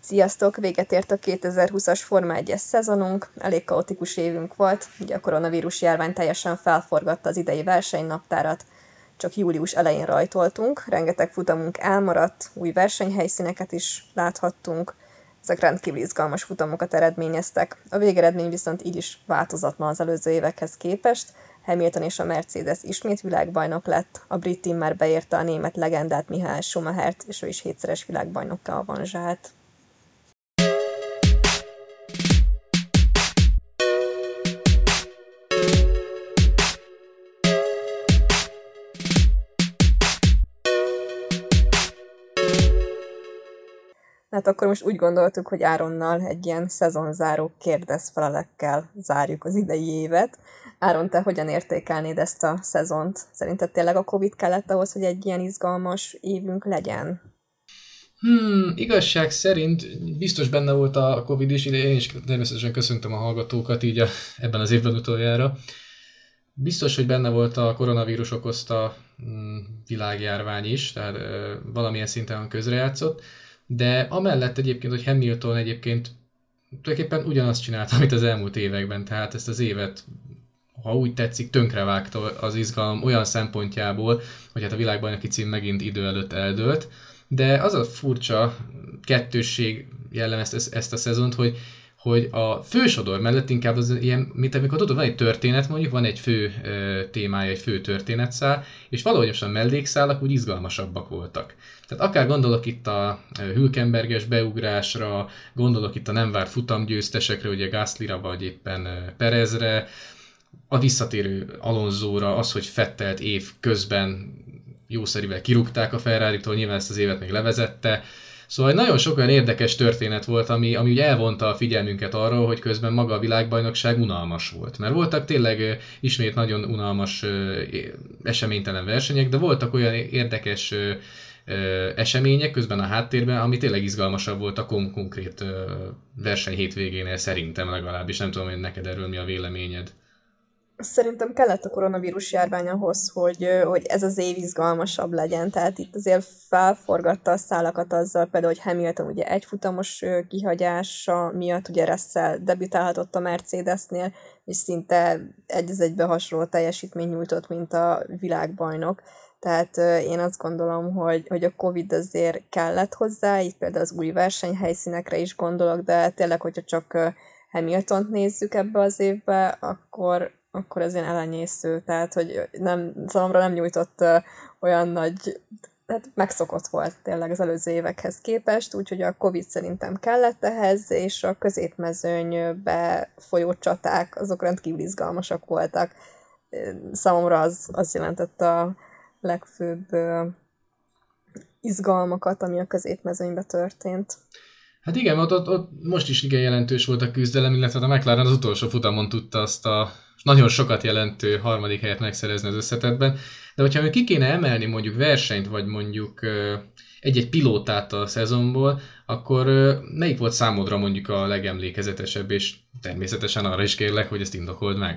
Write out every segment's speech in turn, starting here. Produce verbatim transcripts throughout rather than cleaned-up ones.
Sziasztok! Véget ért a kétezer-húszas Forma egyes szezonunk, elég kaotikus évünk volt, ugye a koronavírus járvány teljesen felforgatta az idei versenynaptárat, csak július elején rajtoltunk, rengeteg futamunk elmaradt, új versenyhelyszíneket is láthattunk, ezek rendkívül izgalmas futamokat eredményeztek. A végeredmény viszont így is változatlan az előző évekhez képest, Hamilton és a Mercedes ismét világbajnok lett, a brit team már beérte a német legendát Michael Schumachert, és ő is hétszeres világbajnokká avanzsált. Hát akkor most úgy gondoltuk, hogy Áronnal egy ilyen szezonzáró kérdezfelelekkel zárjuk az idei évet. Áron, te hogyan értékelnéd ezt a szezont? Szerinted tényleg a Covid kellett ahhoz, hogy egy ilyen izgalmas évünk legyen? Hmm, igazság szerint biztos benne volt a Covid is, ide én is természetesen köszöntöm a hallgatókat így a, ebben az évben utoljára. Biztos, hogy benne volt a koronavírus okozta mm, világjárvány is, tehát ö, valamilyen szinten közrejátszott. De amellett egyébként, hogy Hamilton egyébként tulajdonképpen ugyanazt csinálta, amit az elmúlt években, tehát ezt az évet, ha úgy tetszik, tönkrevágta az izgalom olyan szempontjából, hogy hát a világbajnoki cím megint idő előtt eldőlt. De az a furcsa kettősség jellemezte ezt, ezt a szezont, hogy hogy a fősodor mellett inkább az ilyen, mint amikor tudod, van egy történet mondjuk, van egy fő ö, témája, egy fő történetszál, és valahogy most a mellékszálak úgy izgalmasabbak voltak. Tehát akár gondolok itt a Hülkenberges beugrásra, gondolok itt a nem várt futamgyőztesekre, ugye Gaslyra vagy éppen Perezre, a visszatérő Alonsóra, az, hogy Vettelt év közben jószerivel kirúgták a Ferraritól, nyilván ezt az évet még levezette. Szóval nagyon sok olyan érdekes történet volt, ami, ami ugye elvonta a figyelmünket arról, hogy közben maga a világbajnokság unalmas volt. Mert voltak tényleg ismét nagyon unalmas, eseménytelen versenyek, de voltak olyan érdekes események közben a háttérben, ami tényleg izgalmasabb volt a konkrét verseny hétvégénél szerintem legalábbis. Nem tudom, hogy neked erről mi a véleményed. Szerintem kellett a koronavírus járvány ahhoz, hogy, hogy ez az év izgalmasabb legyen. Tehát itt azért felforgatta a szálakat azzal, például, hogy Hamilton ugye egyfutamos kihagyása miatt ugye Russell debütálhatott a Mercedesnél, és szinte egy az egybe hasonló teljesítmény nyújtott, mint a világbajnok. Tehát én azt gondolom, hogy, hogy a Covid azért kellett hozzá, itt például az új versenyhelyszínekre is gondolok, de tényleg, hogyha csak Hamiltont nézzük ebbe az évbe, akkor akkor ez ilyen elenyésző, tehát hogy nem, számomra nem nyújtott uh, olyan nagy, hát megszokott volt tényleg az előző évekhez képest, úgyhogy a Covid szerintem kellett ehhez, és a középmezőnybe folyó csaták, azok rendkívül izgalmasak voltak. Számomra az, az jelentett a legfőbb uh, izgalmakat, ami a középmezőnybe történt. Hát igen, ott, ott, ott most is igen jelentős volt a küzdelem, illetve a McLaren az utolsó futamon tudta azt a nagyon sokat jelentő harmadik helyet megszerezni az összetettben. De hogyha még ki kéne emelni mondjuk versenyt, vagy mondjuk egy-egy pilótát a szezonból, akkor melyik volt számodra mondjuk a legemlékezetesebb, és természetesen arra is kérlek, hogy ezt indokold meg.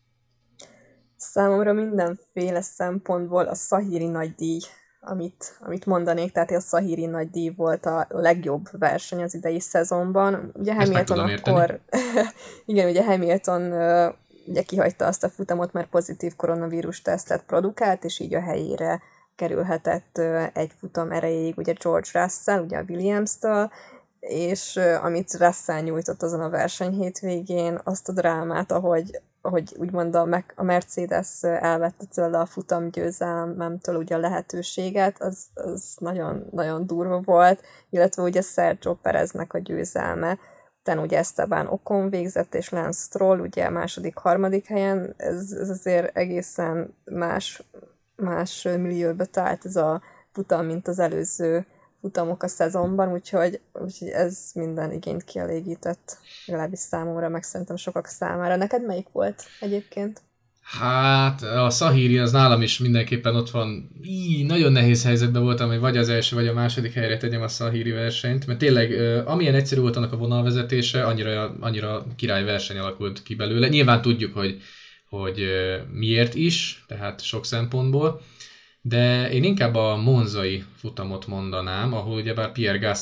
Számomra mindenféle szempontból a Szahíri nagydíj, amit, amit mondanék, tehát a Szahíri nagydíj volt a legjobb verseny az idei szezonban. Ugye Hamilton akkor, igen, ugye Hamilton ugye kihagyta azt a futamot, mert pozitív koronavírus tesztet produkált, és így a helyére kerülhetett egy futam erejéig ugye George Russell, ugye a Williams-től, és amit Russell nyújtott azon a verseny hétvégén, azt a drámát, ahogy, ahogy úgymond a, a Mercedes elvette tőle a futamgyőzelmemtől ugye a lehetőséget, az, az nagyon, nagyon durva volt, illetve ugye Sergio Pereznek a győzelme. Utána ugye Esteban Ocon végzett, és Lance Stroll ugye második, harmadik helyen, ez, ez azért egészen más, más millióba talált ez a futam, mint az előző futamok a szezonban, úgyhogy, úgyhogy ez minden igényt kielégített, legalábbis számomra, meg szerintem sokak számára. Neked melyik volt egyébként? Hát a Szahíri az nálam is mindenképpen ott van. Így, nagyon nehéz helyzetben voltam, hogy vagy az első, vagy a második helyre tegyem a Szahíri versenyt, mert tényleg amilyen egyszerű volt annak a vonalvezetése, annyira, annyira király verseny alakult ki belőle. Nyilván tudjuk, hogy, hogy miért is, tehát sok szempontból, de én inkább a monzai futamot mondanám, ahol ugyebár Pierre Gasly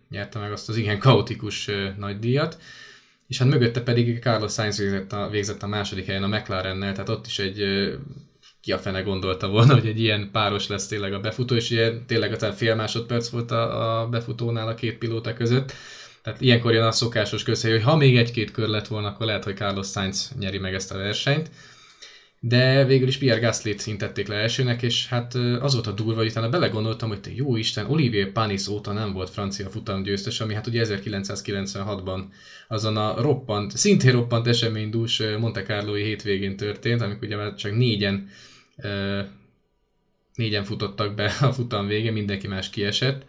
nyerte meg azt az igen kaotikus nagy díjat, és hát mögötte pedig Carlos Sainz végzett a, végzett a második helyen a McLarennel, tehát ott is egy ki a fene gondolta volna, hogy egy ilyen páros lesz tényleg a befutó, és ilyen, tényleg aztán fél másodperc volt a, a befutónál a két pilóta között. Tehát ilyenkor jön a szokásos közhely, hogy ha még egy-két kör lett volna, akkor lehet, hogy Carlos Sainz nyeri meg ezt a versenyt. De végül is Pierre Gaslyt szintették le elsőnek, és hát az volt a durva, hogy utána belegondoltam, hogy te jó Isten, Olivier Panis óta nem volt francia futamgyőztes, ami hát ugye ezerkilencszázkilencvenhatban azon a roppant, szintén roppant eseménydús Monte Carlói hétvégén történt, amikor ugye már csak négyen, négyen futottak be a futam végén, mindenki más kiesett.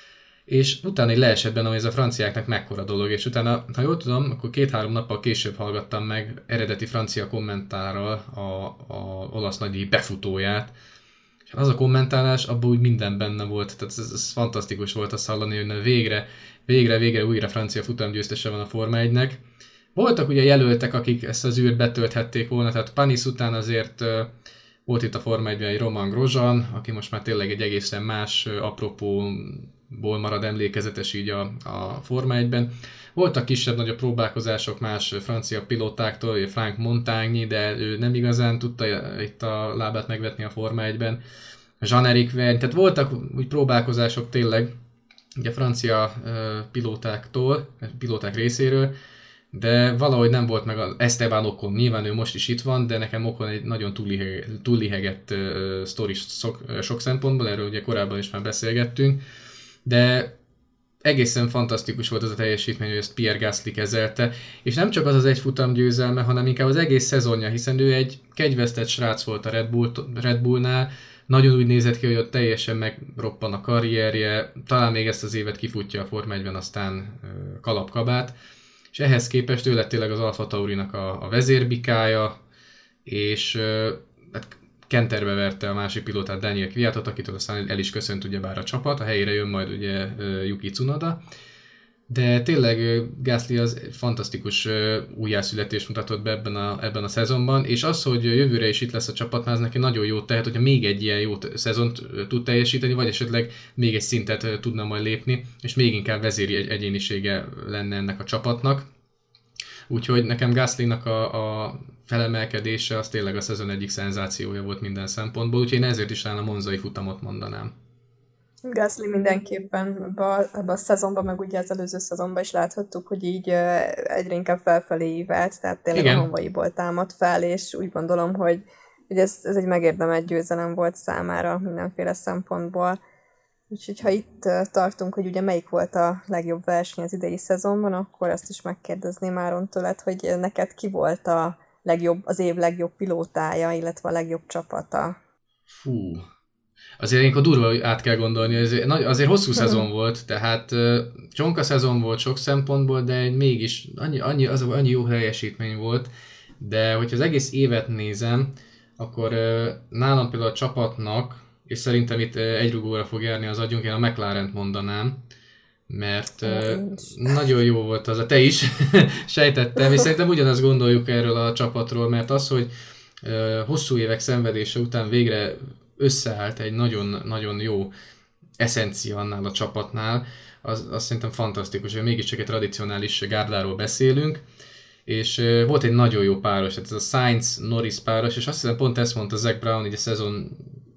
És utána egy leesett benne, hogy ez a franciáknak mekkora dolog, és utána, ha jól tudom, akkor két-három nappal később hallgattam meg eredeti francia kommentárral a, a olasz nagydíj befutóját, és az a kommentálás, abban úgy minden benne volt, tehát ez, ez fantasztikus volt azt hallani, hogy végre, végre, végre újra francia futamgyőztese van a Forma egynek. Voltak ugye jelöltek, akik ezt az űrt betölthették volna, tehát Panis után azért volt itt a Forma egyben egy Romain Grosjean, aki most már tényleg egy egészen más apropóból marad emlékezetes így a, a Forma egyben. Voltak kisebb-nagyobb próbálkozások más francia pilótáktól, Franck Montagny, de ő nem igazán tudta itt a lábát megvetni a Forma egyben. Jean-Éric Vergne, tehát voltak úgy próbálkozások tényleg ugye francia uh, pilótáktól, pilóták részéről, de valahogy nem volt meg az Esteban Ocon, nyilván ő most is itt van, de nekem Ocon egy nagyon túllihegett uh, sztori sok, sok szempontból, erről ugye korábban is már beszélgettünk, de egészen fantasztikus volt az a teljesítmény, hogy ezt Pierre Gasly kezelte, és nem csak az az egy futam győzelme, hanem inkább az egész szezonja, hiszen ő egy kegyvesztett srác volt a Red, Bull, Red Bullnál, nagyon úgy nézett ki, hogy ott teljesen megroppan a karrierje, talán még ezt az évet kifutja a Forma egyben, aztán kalapkabát, és ehhez képest ő lett tényleg az Alfa Taurinak a, a vezérbikája, és hát kenterbe verte a másik pilótát, Daniel Kvyatot, akitől aztán el is köszönt ugyebár a csapat, a helyére jön majd ugye Yuki Tsunoda, de tényleg Gasly az fantasztikus újjászületést mutatott be ebben a, ebben a szezonban, és az, hogy jövőre is itt lesz a csapatnál, ez neki nagyon jót tehet, hogyha még egy ilyen jó szezont tud teljesíteni, vagy esetleg még egy szintet tudna majd lépni, és még inkább vezéri egyénisége lenne ennek a csapatnak. Úgyhogy nekem Gaslynak a, a felemelkedése az tényleg a szezon egyik szenzációja volt minden szempontból, úgyhogy én ezért is talán a monzai futamot mondanám. Gasly mindenképpen ebben a, a szezonban, meg ugye az előző szezonban is láthattuk, hogy így egyre inkább felfelé ívelt, tehát tényleg igen. A honvaiból támad fel, és úgy gondolom, hogy, hogy ez, ez egy megérdemelt győzelem volt számára mindenféle szempontból. Úgyhogy ha itt tartunk, hogy ugye melyik volt a legjobb verseny az idei szezonban, akkor ezt is megkérdezném Áron tőled, hogy neked ki volt a legjobb, az év legjobb pilótája, illetve a legjobb csapata? Fú... Azért ilyenkor durva, hogy át kell gondolni, azért, azért hosszú szezon volt, tehát csonka szezon volt sok szempontból, de mégis annyi, annyi, az, annyi jó teljesítmény volt, de hogyha az egész évet nézem, akkor nálam például a csapatnak, és szerintem itt egy rugóra fog járni az agyunk, én a McLarent mondanám, mert nagyon jó volt az, a te is sejtettem, és szerintem ugyanazt gondoljuk erről a csapatról, mert az, hogy hosszú évek szenvedése után végre összeállt egy nagyon-nagyon jó eszencia annál a csapatnál, az, az szerintem fantasztikus, hogy mégiscsak egy tradicionális gárdáról beszélünk, és volt egy nagyon jó páros, tehát ez a Sainz-Norris páros, és azt hiszem pont ezt mondta Zac Brown így a szezon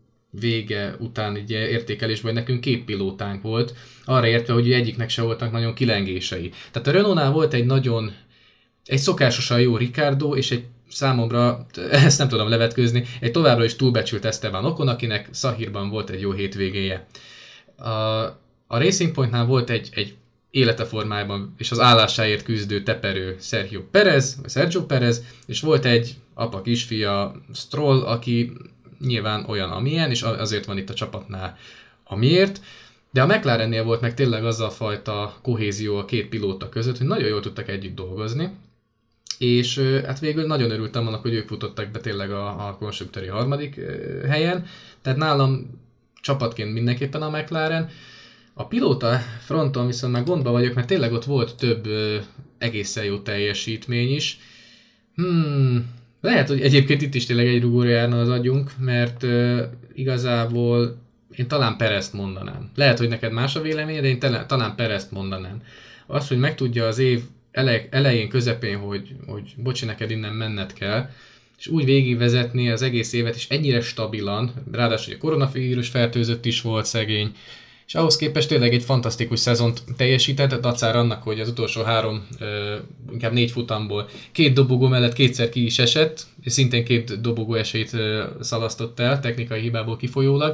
vége után így értékelésben, hogy nekünk két pilótánk volt, arra értve, hogy egyiknek se voltak nagyon kilengései. Tehát a Renault-nál volt egy nagyon, egy szokásosan jó Ricciardo, és egy számomra, ezt nem tudom levetkőzni, egy továbbra is túlbecsült Esteban Ocon, akinek Szahírban volt egy jó hétvégéje. A, a Racing Pointnál volt egy, egy élete formájában és az állásáért küzdő teperő Sergio Perez, vagy Sergio Perez, és volt egy apa kisfia Stroll, aki nyilván olyan amilyen, és azért van itt a csapatnál amiért, de a McLarennél volt meg tényleg az a fajta kohézió a két pilóta között, hogy nagyon jól tudtak együtt dolgozni, és hát végül nagyon örültem annak, hogy ők futottak be tényleg a, a konstruktőri harmadik helyen, tehát nálam csapatként mindenképpen a McLaren. A pilóta fronton viszont már gondba vagyok, mert tényleg ott volt több egészen jó teljesítmény is. Hmm, lehet, hogy egyébként itt is tényleg egy rugóra járna az agyunk, mert igazából én talán Perezt mondanám. Lehet, hogy neked más a vélemény, de én talán, talán Perezt mondanám. Az, hogy megtudja az év elej, elején, közepén, hogy, hogy bocsi, neked innen menned kell, és úgy végigvezetni az egész évet, és ennyire stabilan, ráadásul a koronavírus fertőzött is volt szegény, és ahhoz képest tényleg egy fantasztikus szezont teljesített, dacára annak, hogy az utolsó három, inkább négy futamból két dobogó mellett kétszer ki is esett, és szintén két dobogó esélyt szalasztott el, technikai hibából kifolyólag.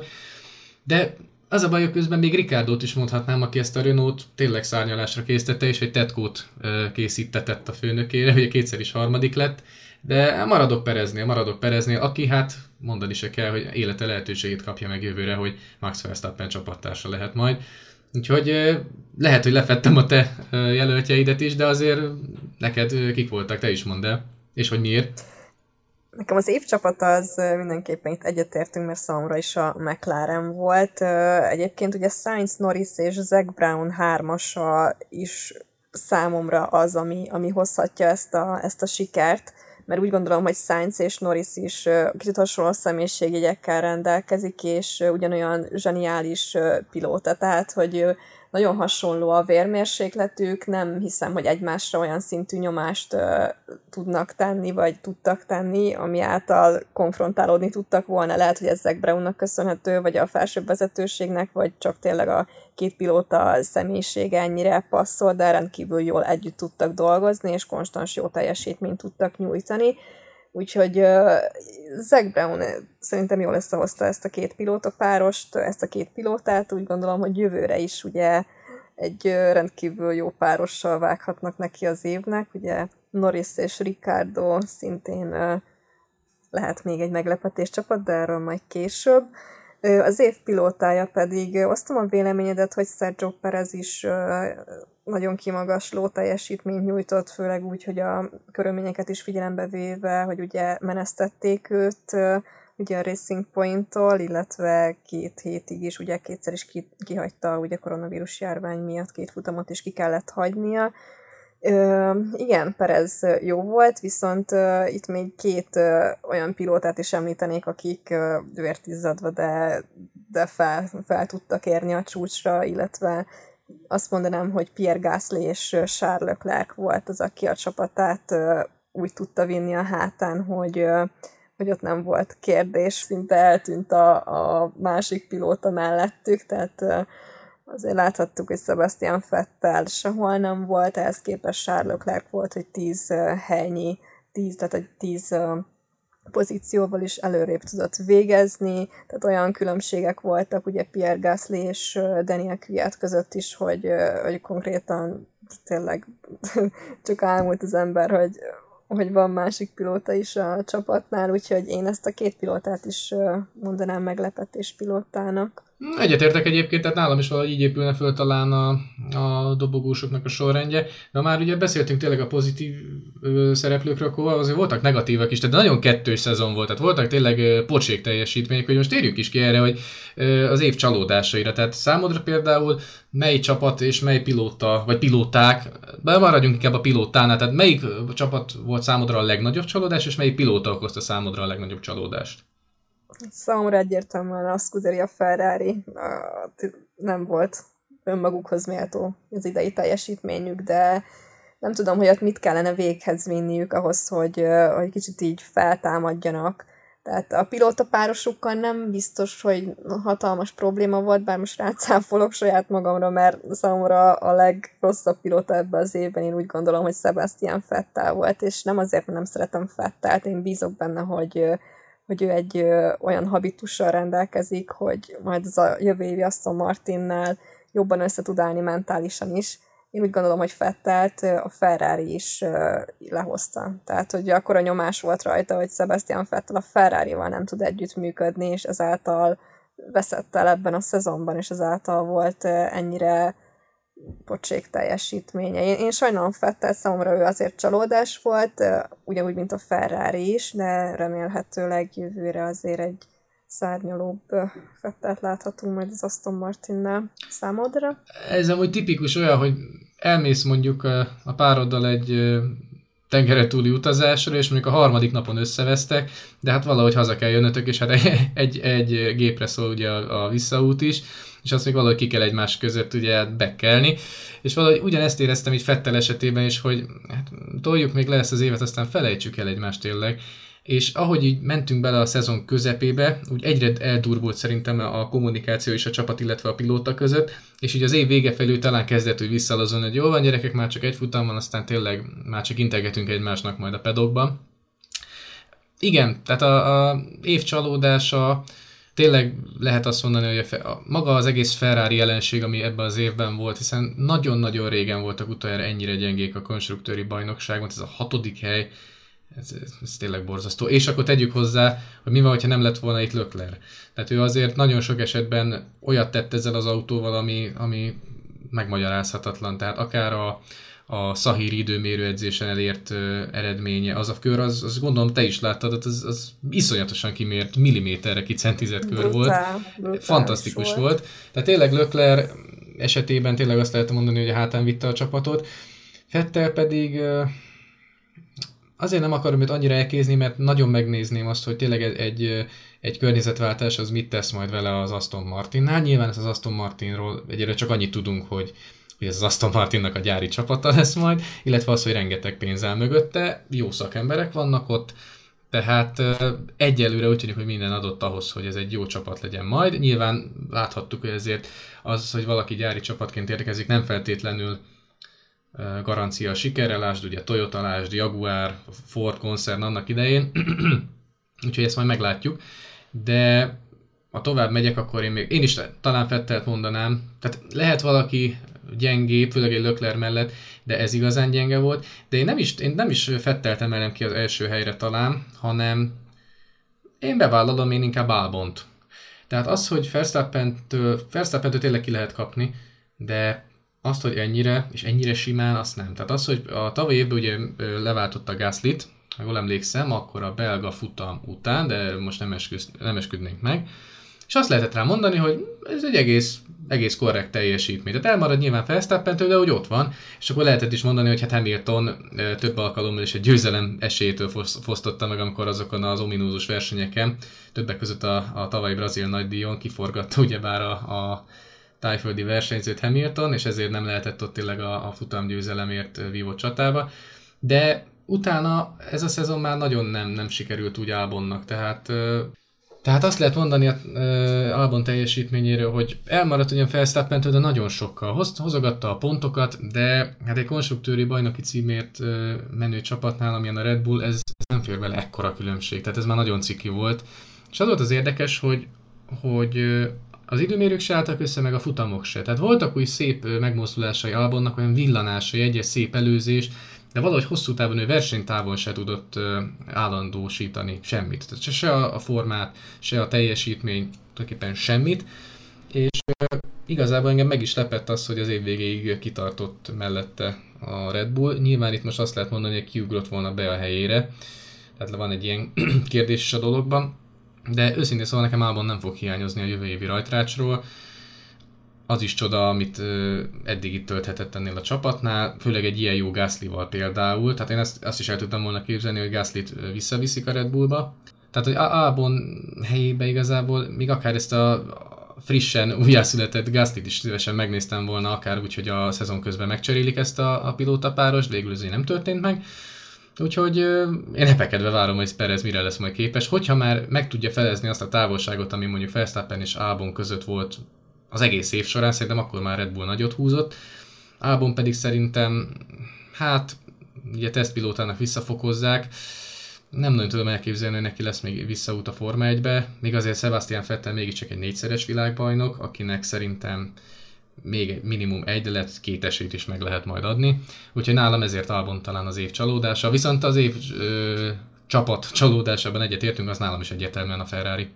De az a baj, hogy közben még Ricardót is mondhatnám, aki ezt a Renault tényleg szárnyalásra készítette, és egy Tetkót készítetett a főnökére, ugye kétszer is harmadik lett, de maradok Pereznél, maradok Pereznél, aki hát mondani se kell, hogy élete lehetőségét kapja meg jövőre, hogy Max Verstappen csapattársa lehet majd. Úgyhogy lehet, hogy lefettem a te jelöltjeidet is, de azért neked kik voltak, te is mondd el, és hogy miért. Nekem az évcsapata az mindenképpen itt egyetértünk, mert számomra is a McLaren volt. Egyébként ugye Sainz, Norris és Zak Brown hármasa is számomra az, ami, ami hozhatja ezt a, ezt a sikert, mert úgy gondolom, hogy Sainz és Norris is kicsit hasonló személyiségjegyekkel rendelkezik, és ugyanolyan zseniális pilóta, tehát hogy nagyon hasonló a vérmérsékletük, nem hiszem, hogy egymásra olyan szintű nyomást uh, tudnak tenni, vagy tudtak tenni, ami által konfrontálódni tudtak volna. Lehet, hogy ez Zak Brownnak köszönhető, vagy a felsőbb vezetőségnek, vagy csak tényleg a két pilóta személyisége ennyire passzol, de rendkívül jól együtt tudtak dolgozni, és konstans jó teljesítményt tudtak nyújtani. Úgyhogy uh, Zak Brown szerintem jól összehozta ezt a két pilótapárost, ezt a két pilótát, úgy gondolom, hogy jövőre is ugye egy uh, rendkívül jó párossal vághatnak neki az évnek, ugye Norris és Ricciardo szintén uh, lehet még egy meglepetés csapat, de erről majd később. Uh, az év pilótája pedig, uh, osztom a véleményedet, hogy Sergio Perez is uh, nagyon kimagasló teljesítményt nyújtott, főleg úgy, hogy a körülményeket is figyelembe véve, hogy ugye menesztették őt ugye a Racing Point-tól, illetve két hétig is, ugye kétszer is kihagyta ugye koronavírus járvány miatt, két futamot is ki kellett hagynia. Ö, igen, Perez jó volt, viszont ö, itt még két ö, olyan pilótát is említenék, akik ö, vértizzadva, de, de fel, fel tudtak érni a csúcsra, illetve azt mondanám, hogy Pierre Gasly és Charles Leclerc volt az, aki a csapatát úgy tudta vinni a hátán, hogy, hogy ott nem volt kérdés, szinte eltűnt a, a másik pilóta mellettük, tehát azért láthattuk, hogy Sebastian Vettel sehol nem volt, ehhez képest Charles Leclerc volt, hogy tíz helynyi, tíz, tehát egy tíz pozícióval is előrébb tudott végezni, tehát olyan különbségek voltak ugye Pierre Gasly és Daniel Kvyat között is, hogy, hogy konkrétan tényleg csak álmult az ember, hogy, hogy van másik pilóta is a csapatnál, úgyhogy én ezt a két pilótát is mondanám meglepetés pilótának. Egyetértek egyébként, tehát nálam is valahogy így épülne föl talán a, a dobogósoknak a sorrendje. De már ugye beszéltünk tényleg a pozitív ö, szereplőkről, akkor azért voltak negatívak is, tehát nagyon kettős szezon volt, tehát voltak tényleg ö, pocsék teljesítmények, hogy most térjünk is ki erre, hogy ö, az év csalódásaira. Tehát számodra például mely csapat és mely pilóta, vagy pilóták, de maradjunk inkább a pilótánál, tehát melyik csapat volt számodra a legnagyobb csalódás, és melyik pilóta okozta számodra a legnagyobb csalódást? Számomra egyértelműen a Scuderia Ferrari nem volt önmagukhoz méltó az idei teljesítményük, de nem tudom, hogy ott mit kellene véghez vinniük ahhoz, hogy, hogy kicsit így feltámadjanak. Tehát a pilóta párosukkal nem biztos, hogy hatalmas probléma volt, bár most rácáfolok saját magamra, mert számomra a legrosszabb pilóta ebben az évben én úgy gondolom, hogy Sebastian Vettel volt, és nem azért, mert nem szeretem Vettelt, én bízok benne, hogy hogy ő egy ö, olyan habitussal rendelkezik, hogy majd az a jövő évi Aston Martinnál jobban össze tud állni mentálisan is. Én úgy gondolom, hogy Vettelt a Ferrari is ö, lehozta. Tehát, hogy akkor a nyomás volt rajta, hogy Sebastian Vettel a Ferrarival nem tud együttműködni, és ezáltal veszett el ebben a szezonban, és ezáltal volt ö, ennyire pocsék teljesítménye. Én, én sajnálom Vettel, számomra ő azért csalódás volt, ugyanúgy, mint a Ferrari is, de remélhetőleg jövőre azért egy szárnyalóbb Vettelt láthatunk majd az Aston Martinnál számodra. Ez amúgy tipikus olyan, hogy elmész mondjuk a pároddal egy tengeren túli utazásra, és mondjuk a harmadik napon összevesztek, de hát valahogy haza kell jönnötök, és hát egy, egy gépre szól ugye a, a visszaút is, és azt még valahogy ki kell egymás között ugye bekkelni, és valahogy ugyanezt éreztem így Vettel esetében is, hogy hát, toljuk még le ezt az évet, aztán felejtsük el egymást tényleg, és ahogy így mentünk bele a szezon közepébe, úgy egyre eldurvult szerintem a kommunikáció és a csapat, illetve a pilóta között, és így az év vége felül talán kezdett úgy visszalazulni, hogy jó van gyerekek, már csak egy futam van, aztán tényleg már csak integetünk egymásnak majd a pedokban. Igen, tehát a, a év csalódása, tényleg lehet azt mondani, hogy a, fe, a, maga az egész Ferrari jelenség, ami ebben az évben volt, hiszen nagyon-nagyon régen voltak utoljára ennyire gyengék a konstruktőri bajnokságon, ez a hatodik hely, Ez, ez, ez tényleg borzasztó. És akkor tegyük hozzá, hogy mi van, hogyha nem lett volna itt Leclerc. Tehát ő azért nagyon sok esetben olyat tett ezzel az autóval, ami, ami megmagyarázhatatlan. Tehát akár a, a Szahíri időmérő edzésen elért uh, eredménye, az a kör, az, az gondolom te is láttad, az, az iszonyatosan kimért, milliméterre kicentizett kör brutál, volt. Brutál Fantasztikus volt. volt. Tehát tényleg Leclerc esetében tényleg azt lehet mondani, hogy a hátán vitte a csapatot. Vettel pedig... Uh, Azért nem akarom őt annyira elkézni, mert nagyon megnézném azt, hogy tényleg egy, egy, egy környezetváltás az mit tesz majd vele az Aston Martinnál. Nyilván ez az Aston Martinról egyre csak annyit tudunk, hogy, hogy ez az Aston Martinnak a gyári csapata lesz majd, illetve az, hogy rengeteg pénz áll mögötte, jó szakemberek vannak ott, tehát egyelőre úgy tűnik, hogy minden adott ahhoz, hogy ez egy jó csapat legyen majd. Nyilván láthattuk, hogy ezért az, hogy valaki gyári csapatként érkezik, nem feltétlenül garancia a sikerre, lásd ugye Toyota, lásd Jaguar, Ford koncern annak idején, úgyhogy ezt majd meglátjuk, de ha tovább megyek, akkor én még, én is talán Vettelt mondanám, tehát lehet valaki gyengébb, főleg egy Leclerc mellett, de ez igazán gyenge volt, de én nem is, én nem is Vettelt emelem ki az első helyre talán, hanem én bevállalom én inkább Albont. Tehát az, hogy Verstappentől, Verstappentől tényleg ki lehet kapni, de azt, hogy ennyire, és ennyire simán, azt nem. Tehát az, hogy a tavalyi évben ugye leváltotta Gaslyt, ha jól emlékszem, akkor a belga futam után, de most nem, esküsz, nem esküdnénk meg, és azt lehetett rá mondani, hogy ez egy egész, egész korrekt teljesítmény. Tehát elmarad nyilván Verstappentől, de hogy ott van, és akkor lehetett is mondani, hogy hát Hamilton több alkalommal is egy győzelem esélytől fosztotta meg, amikor azokon az ominózus versenyeken, többek között a, a tavalyi brazil nagydíjon kiforgatta ugyebár a, a tájföldi versenyzőt Hamilton, és ezért nem lehetett ott tényleg a, a futamgyőzelemért vívott csatába. De utána ez a szezon már nagyon nem, nem sikerült úgy Albonnak, tehát, tehát azt lehet mondani Albon teljesítményéről, hogy elmaradt ugyan Verstappentől, de nagyon sokkal. Hoz, hozogatta a pontokat, de hát egy konstruktőri bajnoki címért menő csapatnál, amilyen a Red Bull, ez, ez nem fér bele ekkora különbség, tehát ez már nagyon ciki volt. És az volt az érdekes, hogy, hogy az időmérők se álltak össze, meg a futamok se. Tehát voltak úgy szép megmozdulásai Albonnak, olyan villanásai, egy szép előzés, de valahogy hosszú távon ő versenytávon se tudott állandósítani semmit. Tehát se, se a formát, se a teljesítmény, tulajdonképpen semmit. És igazából engem meg is lepett az, hogy az év végéig kitartott mellette a Red Bull. Nyilván itt most azt lehet mondani, hogy kiugrott volna be a helyére. Tehát van egy ilyen kérdés is a dologban. De őszintén szóval nekem Albon nem fog hiányozni a jövő évi rajtrácsról. Az is csoda, amit eddig itt tölthetett ennél a csapatnál, főleg egy ilyen jó Gaslyval például. Tehát én ezt, azt is el tudtam volna képzelni, hogy Gaslyt visszaviszik a Red Bullba. Tehát, hogy Albon helyébe igazából még akár ezt a frissen újjászületett Gaslyt is szívesen megnéztem volna, akár úgy, hogy a szezon közben megcserélik ezt a, a pilótapárost, végül ez nem történt meg. Úgyhogy én epekedve várom, hogy Perez mire lesz majd képes, hogyha már meg tudja felezni azt a távolságot, ami mondjuk Verstappen és Albon között volt az egész év során, szerintem akkor már Red Bull nagyot húzott. Albon pedig szerintem, hát, ugye tesztpilótának visszafokozzák, nem nagyon tudom elképzelni, hogy neki lesz még visszaút a Forma egybe, még azért Sebastian Vettel mégiscsak egy négyszeres világbajnok, akinek szerintem még minimum egy, de lehet két esélyt is meg lehet majd adni. Úgyhogy nálam ezért Albon talán az év csalódása. Viszont az év ö, csapat csalódásában egyetértünk, az nálam is egyértelműen a Ferrari.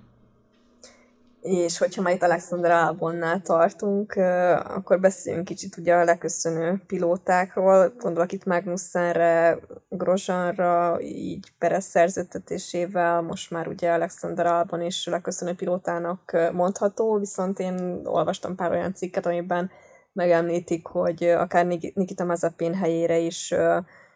És hogyha már itt Alexander Albonnál tartunk, akkor beszéljünk kicsit ugye a leköszönő pilótákról. Gondolok itt Magnussenre, Grosjeanra, így Perez szerződtetésével, most már ugye Alexander Albon is leköszönő pilótának mondható, viszont én olvastam pár olyan cikket, amiben megemlítik, hogy akár Nikita Mazepin helyére is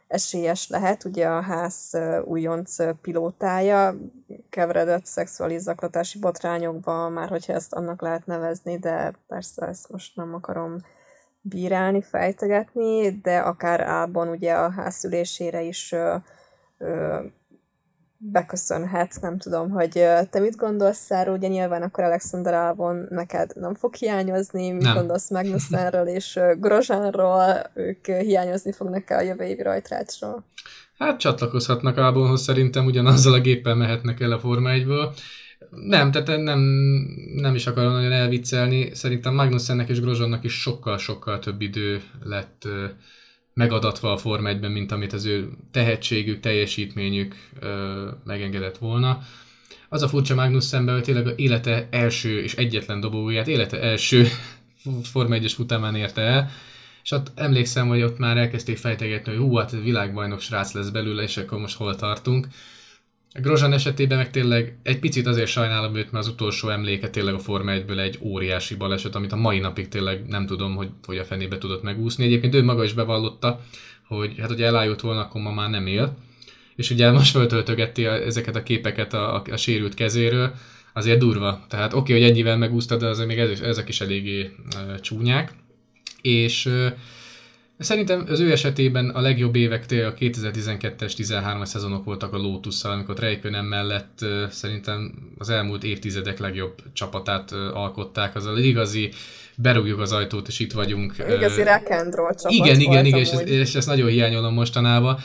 esélyes lehet. Ugye a Haas újonc pilótája keveredett szexuális zaklatási botrányokba, már hogyha ezt annak lehet nevezni, de persze ezt most nem akarom bírálni, fejtegetni, de akár A-ban ugye a Haas ülésére is ö, ö, beköszönhet, nem tudom, hogy te mit gondolsz erről, ugye nyilván akkor Alexander Albon neked nem fog hiányozni, mit nem. gondolsz Magnussenről és Grosjeanról, ők hiányozni fognak-e a jövő évi rajtrácsról? Hát csatlakozhatnak Albonhoz, szerintem ugyanazzal a géppel mehetnek el a Forma egyből. Nem, tehát nem, nem is akarom nagyon elviccelni, szerintem Magnussennek és Grosjeannak is sokkal-sokkal több idő lett megadatva a Forma egyben, mint amit az ő tehetségük, teljesítményük ö, megengedett volna. Az a furcsa Magnussenben, hogy tényleg a élete első és egyetlen dobogóját, élete első Forma egyes futamán érte el, és ott emlékszem, hogy ott már elkezdték fejtegetni, hogy hú, hát világbajnok srác lesz belőle, és akkor most hol tartunk. A Grosjean esetében meg tényleg egy picit azért sajnálom őt, mert az utolsó emléke tényleg a Forma egyből egy óriási baleset, amit a mai napig tényleg nem tudom, hogy, hogy a fenébe tudott megúszni. Egyébként ő maga is bevallotta, hogy hát ugye elájult volna, akkor ma már nem él. És ugye most föltöltögetti ezeket a képeket a, a, a sérült kezéről, azért durva. Tehát oké, okay, hogy ennyivel megúszta, de azért még ezek is eléggé uh, csúnyák. És uh, szerintem az ő esetében a legjobb évek tényleg a kétezer-tizenkettes tizenhármas szezonok voltak a Lotusszal, amikor Räikkönen mellett uh, szerintem az elmúlt évtizedek legjobb csapatát uh, alkották. Az az igazi, berúgjuk az ajtót, és itt vagyunk. Igazi uh, rock and roll csapat igen, igen, igen, és, ez, és ezt nagyon hiányolom mostanában.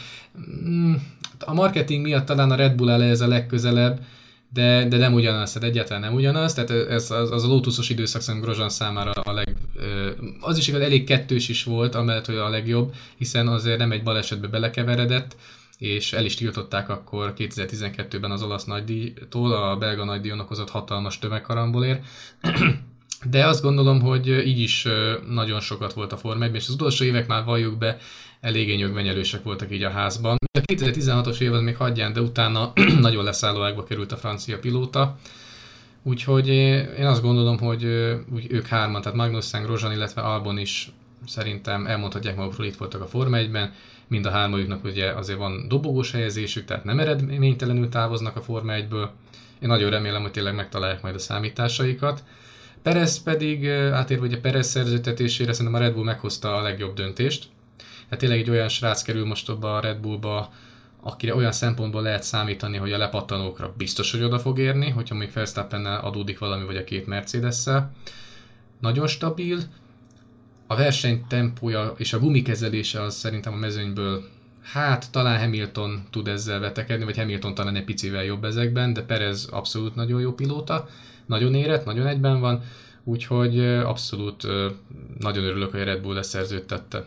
A marketing miatt talán a Red Bull áll ez a legközelebb, de, de nem ugyanaz, tehát egyáltalán nem ugyanaz, tehát ez, az, az a Lotusos időszak szerintem Grosjean számára a leg... Az is igaz, elég kettős is volt, amellett, hogy a legjobb, hiszen azért nem egy balesetbe belekeveredett, és el is tiltották akkor kétezer-tizenkettőben az olasz nagydíjtól, a belga nagydíjon okozott hatalmas tömegkarambolért. De azt gondolom, hogy így is nagyon sokat volt a Forma egyben, és az utolsó évek már valljuk be, eléggé nyögvenyelősek voltak így a házban. A kétezer-tizenhatos év az még hagyján, de utána nagyon leszálló ágba került a francia pilóta. Úgyhogy én azt gondolom, hogy ők hárman, tehát Magnussen, Grosjean, illetve Albon is szerintem elmondhatják magukról, itt voltak a Forma egyben. Mind a hármajuknak ugye azért van dobogós helyezésük, tehát nem eredménytelenül távoznak a Forma egyből. Én nagyon remélem, hogy tényleg megtalálják majd a számításaikat. Perez pedig, átérve ugye Perez szerződtetésére, szerintem a Red Bull meghozta a legjobb döntést. Hát tényleg egy olyan srác kerül most abba a Red Bullba, akire olyan szempontból lehet számítani, hogy a lepattanókra biztos, hogy oda fog érni, hogyha még Verstappennel adódik valami, vagy a két Mercedes-szel. Nagyon stabil. A verseny tempója és a gumikezelése az szerintem a mezőnyből, hát talán Hamilton tud ezzel vetekedni, vagy Hamilton talán egy picivel jobb ezekben, de Perez abszolút nagyon jó pilóta, nagyon érett, nagyon egyben van, úgyhogy abszolút nagyon örülök, hogy a Red Bull leszerződtette.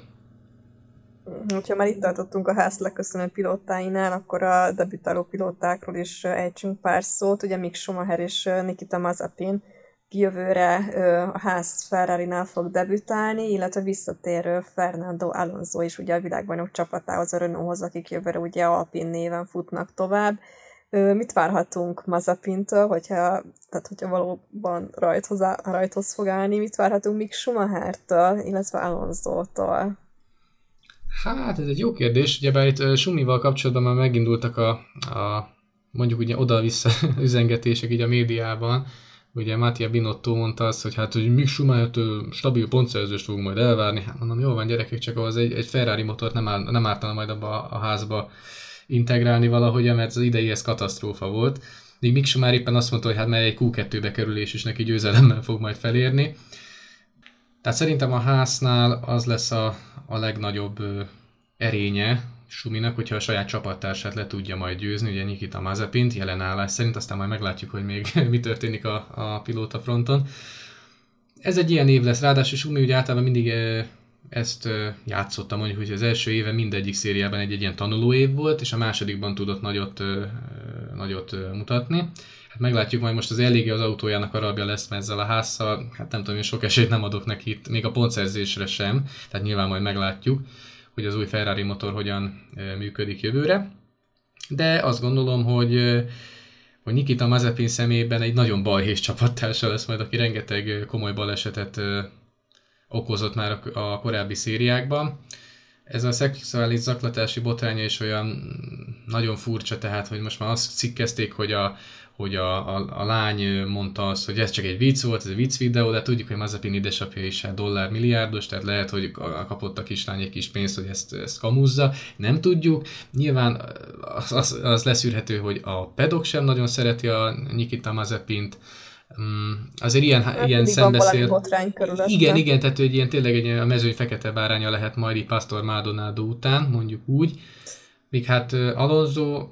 Ha már itt tartottunk a ház leköszönő pilótáinál, akkor a debütáló pilótákról is ejtsünk pár szót. Ugye Mick Schumacher és Nikita Mazepin jövőre a ház Ferrarinál fog debütálni, illetve visszatérő Fernando Alonso is ugye a világbajnok csapatához, a Renaulthoz, akik jövőre ugye Alpine néven futnak tovább. Mit várhatunk Mazepintől, hogyha, tehát hogyha valóban rajthoz, rajthoz fog állni, mit várhatunk Mick Schumachertől, illetve Alonso-tól? Hát ez egy jó kérdés, ugyebár itt Sumival kapcsolatban már megindultak a, a mondjuk ugye oda-vissza üzengetések így a médiában. Ugye Mattia Binotto mondta azt, hogy hát hogy Mick Schumachertől stabil pontszerzést fogunk majd elvárni. Hát mondom, jó van gyerekek, csak ahhoz egy, egy Ferrari motort nem, áll, nem ártana majd abba a házba integrálni valahogy, mert az idei ez katasztrófa volt. Míg Mick Schumacher éppen azt mondta, hogy hát mely egy kú kettőbe kerülés is neki győzelemmel fog majd felérni. Tehát szerintem a háznál az lesz a, a legnagyobb ö, erénye Suminak, hogyha a saját csapattársát le tudja majd győzni, ugye Nikita Mazepint jelen állás szerint, aztán majd meglátjuk, hogy még mi történik a, a pilóta fronton. Ez egy ilyen év lesz, ráadásul Sumi ugye általában mindig e, ezt e, játszotta, mondjuk, hogy az első éve mindegyik szériában egy, egy ilyen tanuló év volt, és a másodikban tudott nagyot, e, nagyot e, mutatni. Hát meglátjuk, majd most az eléggé az autójának a rabja lesz, mert ezzel a házzal, hát nem tudom, én sok esélyt nem adok neki itt, még a pontszerzésre sem, tehát nyilván majd meglátjuk, hogy az új Ferrari motor hogyan e, működik jövőre. De azt gondolom, hogy, e, hogy Nikita Mazepin szemében egy nagyon balhés csapattársa lesz majd, aki rengeteg komoly balesetet e, okozott már a, a korábbi szériákban. ez a szexuális zaklatási botránya is olyan nagyon furcsa, tehát, hogy most már azt cikkezték, hogy a, hogy a, a, a lány mondta azt, hogy ez csak egy vicc volt, ez egy vicc videó, de tudjuk, hogy Mazepin édesapja is hát dollár milliárdos, tehát lehet, hogy kapott a kislány egy kis pénzt, hogy ezt, ezt kamuzza, nem tudjuk. Nyilván az, az, az leszűrhető, hogy a pedok sem nagyon szereti a Nikita Mazepint. Um, azért ilyen, hát, ilyen szembeszél... Igen, igen, tehát hogy ilyen tényleg egy, a mezőny fekete báránya lehet majd így Pastor Maldonado után, mondjuk úgy. Míg hát Alonso,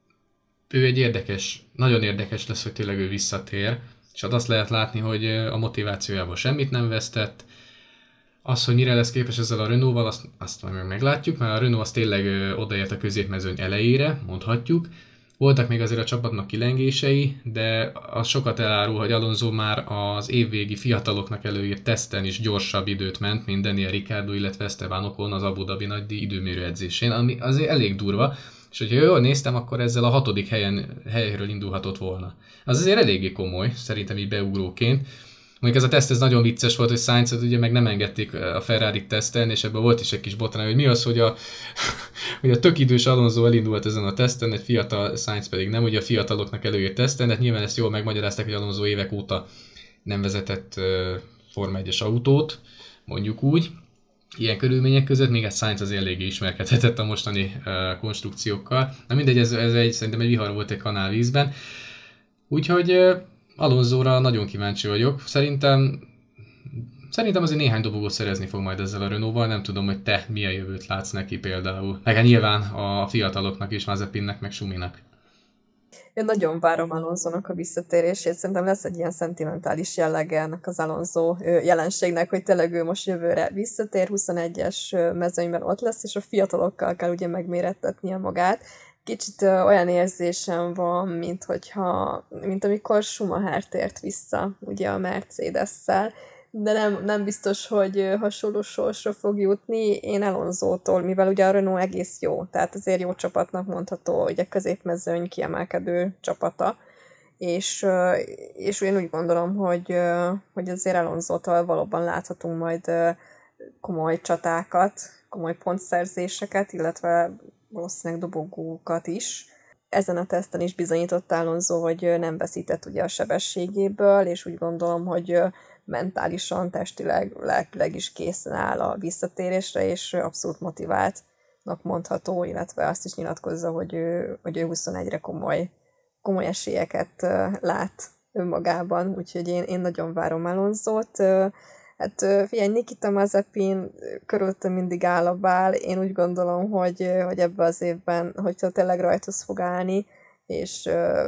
ő egy érdekes, nagyon érdekes lesz, hogy tényleg ő visszatér, és azt lehet látni, hogy a motivációjából semmit nem vesztett. Az, hogy mire lesz képes ezzel a Renault-val, azt, azt majd meglátjuk, mert a Renault az tényleg odaért a középmezőny elejére, mondhatjuk. Voltak még azért a csapatnak kilengései, de az sokat elárul, hogy Alonso már az évvégi fiataloknak előírt teszten is gyorsabb időt ment, mint Daniel Ricciardo, illetve Esteban Ocon az Abu Dhabi nagy időmérő edzésén, ami azért elég durva, és hogyha jól néztem, akkor ezzel a hatodik helyen, helyről indulhatott volna. Az azért eléggé komoly, szerintem így beugróként. Mondjuk ez a teszt ez nagyon vicces volt, hogy Sainzot ugye meg nem engedték a Ferrari tesztelni, és ebben volt is egy kis botrány, hogy mi az, hogy a, hogy a tök idős Alonso elindult ezen a teszten, egy fiatal Sainz pedig nem, ugye a fiataloknak előírt teszten, de nyilván ezt jól megmagyarázták, hogy Alonso évek óta nem vezetett uh, Forma egyes autót, mondjuk úgy, ilyen körülmények között, még egy Sainz azért eléggé ismerkedhetett a mostani uh, konstrukciókkal. Na mindegy, ez, ez egy, szerintem egy vihar volt egy kanálvízben. Úgyhogy uh, Alonsóra nagyon kíváncsi vagyok. Szerintem, szerintem azért néhány dobogót szerezni fog majd ezzel a Renault-val. Nem tudom, hogy te milyen jövőt látsz neki például. Meg hát nyilván a fiataloknak is, Mazepinnek, meg Suminak. Én nagyon várom Alonsónak a visszatérését. Szerintem lesz egy ilyen szentimentális jellege ennek az Alonso jelenségnek, hogy tényleg ő most jövőre visszatér, huszonegyes mezőnyben ott lesz, és a fiatalokkal kell ugye megmérettetnie magát. Kicsit olyan érzésem van, mint hogyha, mint amikor Schumacher tért vissza ugye a Mercedes-szel, de nem, nem biztos, hogy hasonló sorsra fog jutni. Én Alonsótól, mivel ugye a Renault egész jó, tehát azért jó csapatnak mondható, hogy a középmezőny kiemelkedő csapata, és, és én úgy gondolom, hogy, hogy azért Alonsótól valóban láthatunk majd komoly csatákat, komoly pontszerzéseket, illetve valószínűleg dobogókat is. Ezen a teszten is bizonyított Alonso, hogy nem veszített ugye a sebességéből, és úgy gondolom, hogy mentálisan, testileg, lelkileg is készen áll a visszatérésre, és abszolút motiváltnak mondható, illetve azt is nyilatkozza, hogy ő, hogy ő huszonegyre komoly, komoly esélyeket lát önmagában, úgyhogy én, én nagyon várom Alonsót. Hát figyelj, Nikita Mazepin körülöttem mindig áll a bál, én úgy gondolom, hogy, hogy ebben az évben, hogyha tényleg rajtos fog állni, és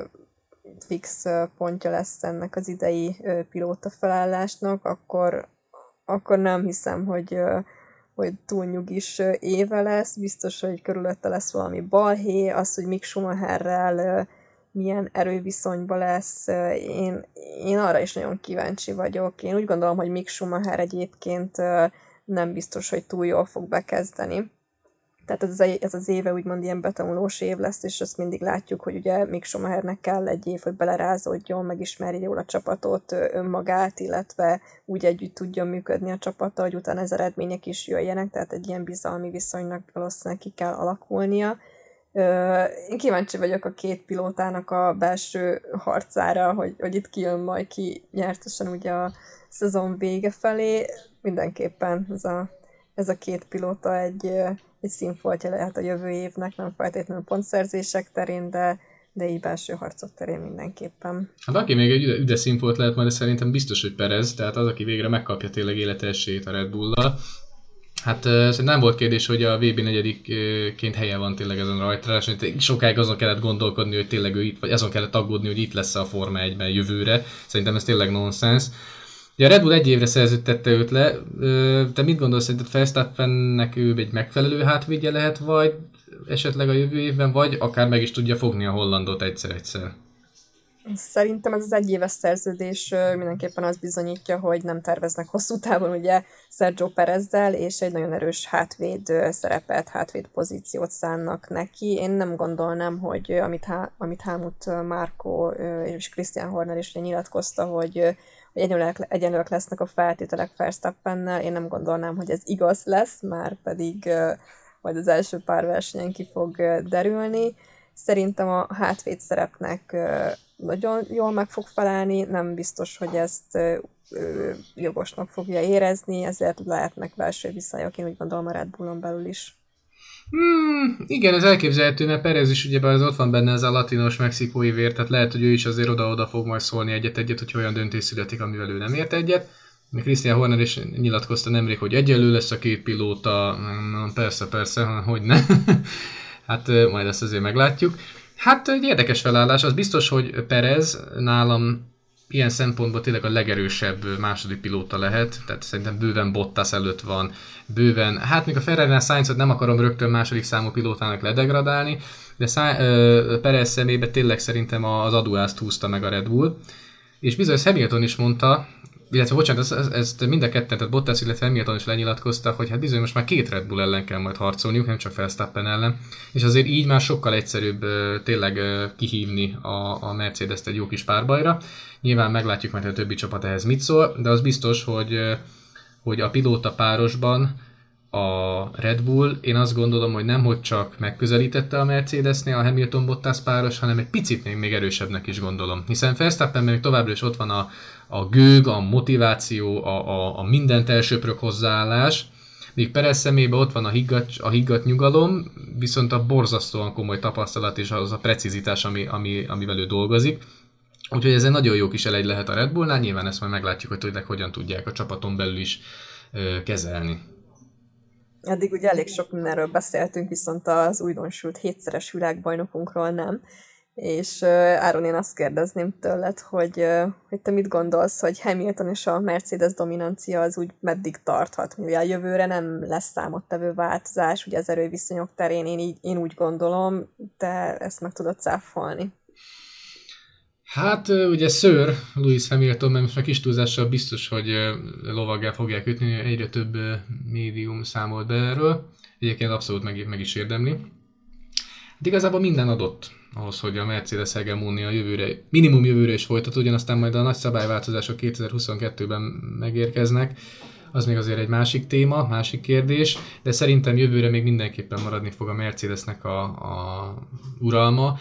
fix pontja lesz ennek az idei pilóta felállásnak, akkor, akkor nem hiszem, hogy, hogy túl nyugis éve lesz. Biztos, hogy körülötte lesz valami balhé, az, hogy Mick Schumacherrel milyen erőviszonyban lesz. Én, én arra is nagyon kíváncsi vagyok. Én úgy gondolom, hogy Mick Schumacher egyébként nem biztos, hogy túl jól fog bekezdeni. Tehát ez, ez az éve úgymond ilyen betanulós év lesz, és azt mindig látjuk, hogy ugye Mick Schumachernek kell egy év, hogy belerázódjon, megismerje jól a csapatot, önmagát, illetve úgy együtt tudjon működni a csapata, hogy utána az eredmények is jöjjenek, tehát egy ilyen bizalmi viszonynak valószínűleg ki kell alakulnia. Én kíváncsi vagyok a két pilótának a belső harcára, hogy, hogy itt kijön majd ki nyertesen ugye a szezon vége felé. Mindenképpen ez a, ez a két pilóta egy, egy színfoltja lehet a jövő évnek, nem feltétlenül pontszerzések terén, de, de így belső harcok terén mindenképpen. Hát aki még egy üde, üde színfolt lehet majd, de szerintem biztos, hogy Perez, tehát az, aki végre megkapja tényleg életesélyét a Red Bull-dal. Hát szerintem nem volt kérdés, hogy a vé bé negyedikként helye van tényleg ezen a rajtrás, sokáig azon kellett gondolkodni, hogy tényleg ő itt, vagy azon kellett aggódni, hogy itt lesz a Forma egyben jövőre. Szerintem ez tényleg nonsens. Ugye a Red Bull egy évre szerződtette őt le. Te mit gondolsz, szerinted Verstappennek ő egy megfelelő hátvédje lehet, vagy esetleg a jövő évben, vagy akár meg is tudja fogni a hollandot egyszer-egyszer? Szerintem ez az egyéves szerződés mindenképpen azt bizonyítja, hogy nem terveznek hosszú távon ugye Sergio Perezzel, és egy nagyon erős hátvéd szerepet, hátvéd pozíciót szánnak neki. Én nem gondolnám, hogy amit, Há- amit Helmut Marko és Christian Horner is nyilatkozta, hogy, hogy egyenlőek, egyenlőek lesznek a feltételek Verstappennel. Én nem gondolnám, hogy ez igaz lesz, már pedig majd az első pár versenyen ki fog derülni. Szerintem a hátvéd szerepnek nagyon jól meg fog felelni, nem biztos, hogy ezt jogosnak fogja érezni, ezért lehetnek belső viszonyok, én úgy gondolom a Red Bullon belül is. Hmm, igen, ez elképzelhető, mert Perez is ugyebár az ott van benne ez a latinos mexikói vér, tehát lehet, hogy ő is azért oda-oda fog majd szólni egyet-egyet, hogy olyan döntés születik, amivel ő nem ért egyet. Christian Horner is nyilatkozta nemrég, hogy egyenlő lesz a két pilóta, persze, persze, hogy ne. Hát majd ezt azért meglátjuk. Hát egy érdekes felállás, az biztos, hogy Perez nálam ilyen szempontból tényleg a legerősebb második pilóta lehet, tehát szerintem bőven Bottas előtt van, bőven, hát még a Ferrari-nál Sainzot nem akarom rögtön második számú pilótának ledegradálni, de Sa- ö, Perez szemébe tényleg szerintem az aduást húzta meg a Red Bull, és bizony Hamilton is mondta, illetve bocsánat, ezt, ezt mind a ketten, tehát Bottas, illetve Hamilton is lenyilatkozta, hogy hát bizony most már két Red Bull ellen kell majd harcolniuk, nem csak Verstappen ellen, és azért így már sokkal egyszerűbb tényleg kihívni a, a Mercedes-t egy jó kis párbajra. Nyilván meglátjuk majd, hogy a többi csapat ehhez mit szól, de az biztos, hogy, hogy a pilóta párosban a Red Bull, én azt gondolom, hogy nem hogy csak megközelítette a Mercedesnél a Hamilton-Bottas páros, hanem egy picit még, még erősebbnek is gondolom. Hiszen Verstappen még továbbra is ott van a, a gőg, a motiváció, a, a, a mindent elsöprök hozzáállás, míg Perez szemében ott van a higgadt, a higgadt nyugalom, viszont a borzasztóan komoly tapasztalat és az a precizitás, ami, ami, amivel ő dolgozik. Úgyhogy ez egy nagyon jó kis elegy lehet a Red Bullnál, nyilván ezt majd meglátjuk, hogy tényleg hogyan tudják a csapaton belül is ö, kezelni. Eddig ugye elég sok mindenről beszéltünk, viszont az újdonsült hétszeres világbajnokunkról nem. És uh, Áron, én azt kérdezném tőled, hogy, uh, hogy te mit gondolsz, hogy Hamilton és a Mercedes dominancia az úgy meddig tarthat, mivel a jövőre nem lesz számottevő változás, ugye az erőviszonyok terén én, így, én úgy gondolom, te ezt meg tudod cáfolni. Hát ugye Sir Lewis Hamilton, mert most már kis túlzással biztos, hogy lovaggá fogják ütni, egyre több médium számolt be erről. Egyébként abszolút meg, meg is érdemli. De igazából minden adott ahhoz, hogy a Mercedes hegemónia jövőre, minimum jövőre is folytatódjon, aztán majd a nagy szabályváltozások kétezer-huszonkettőben megérkeznek. Az még azért egy másik téma, másik kérdés, de szerintem jövőre még mindenképpen maradni fog a Mercedesnek a, a uralma.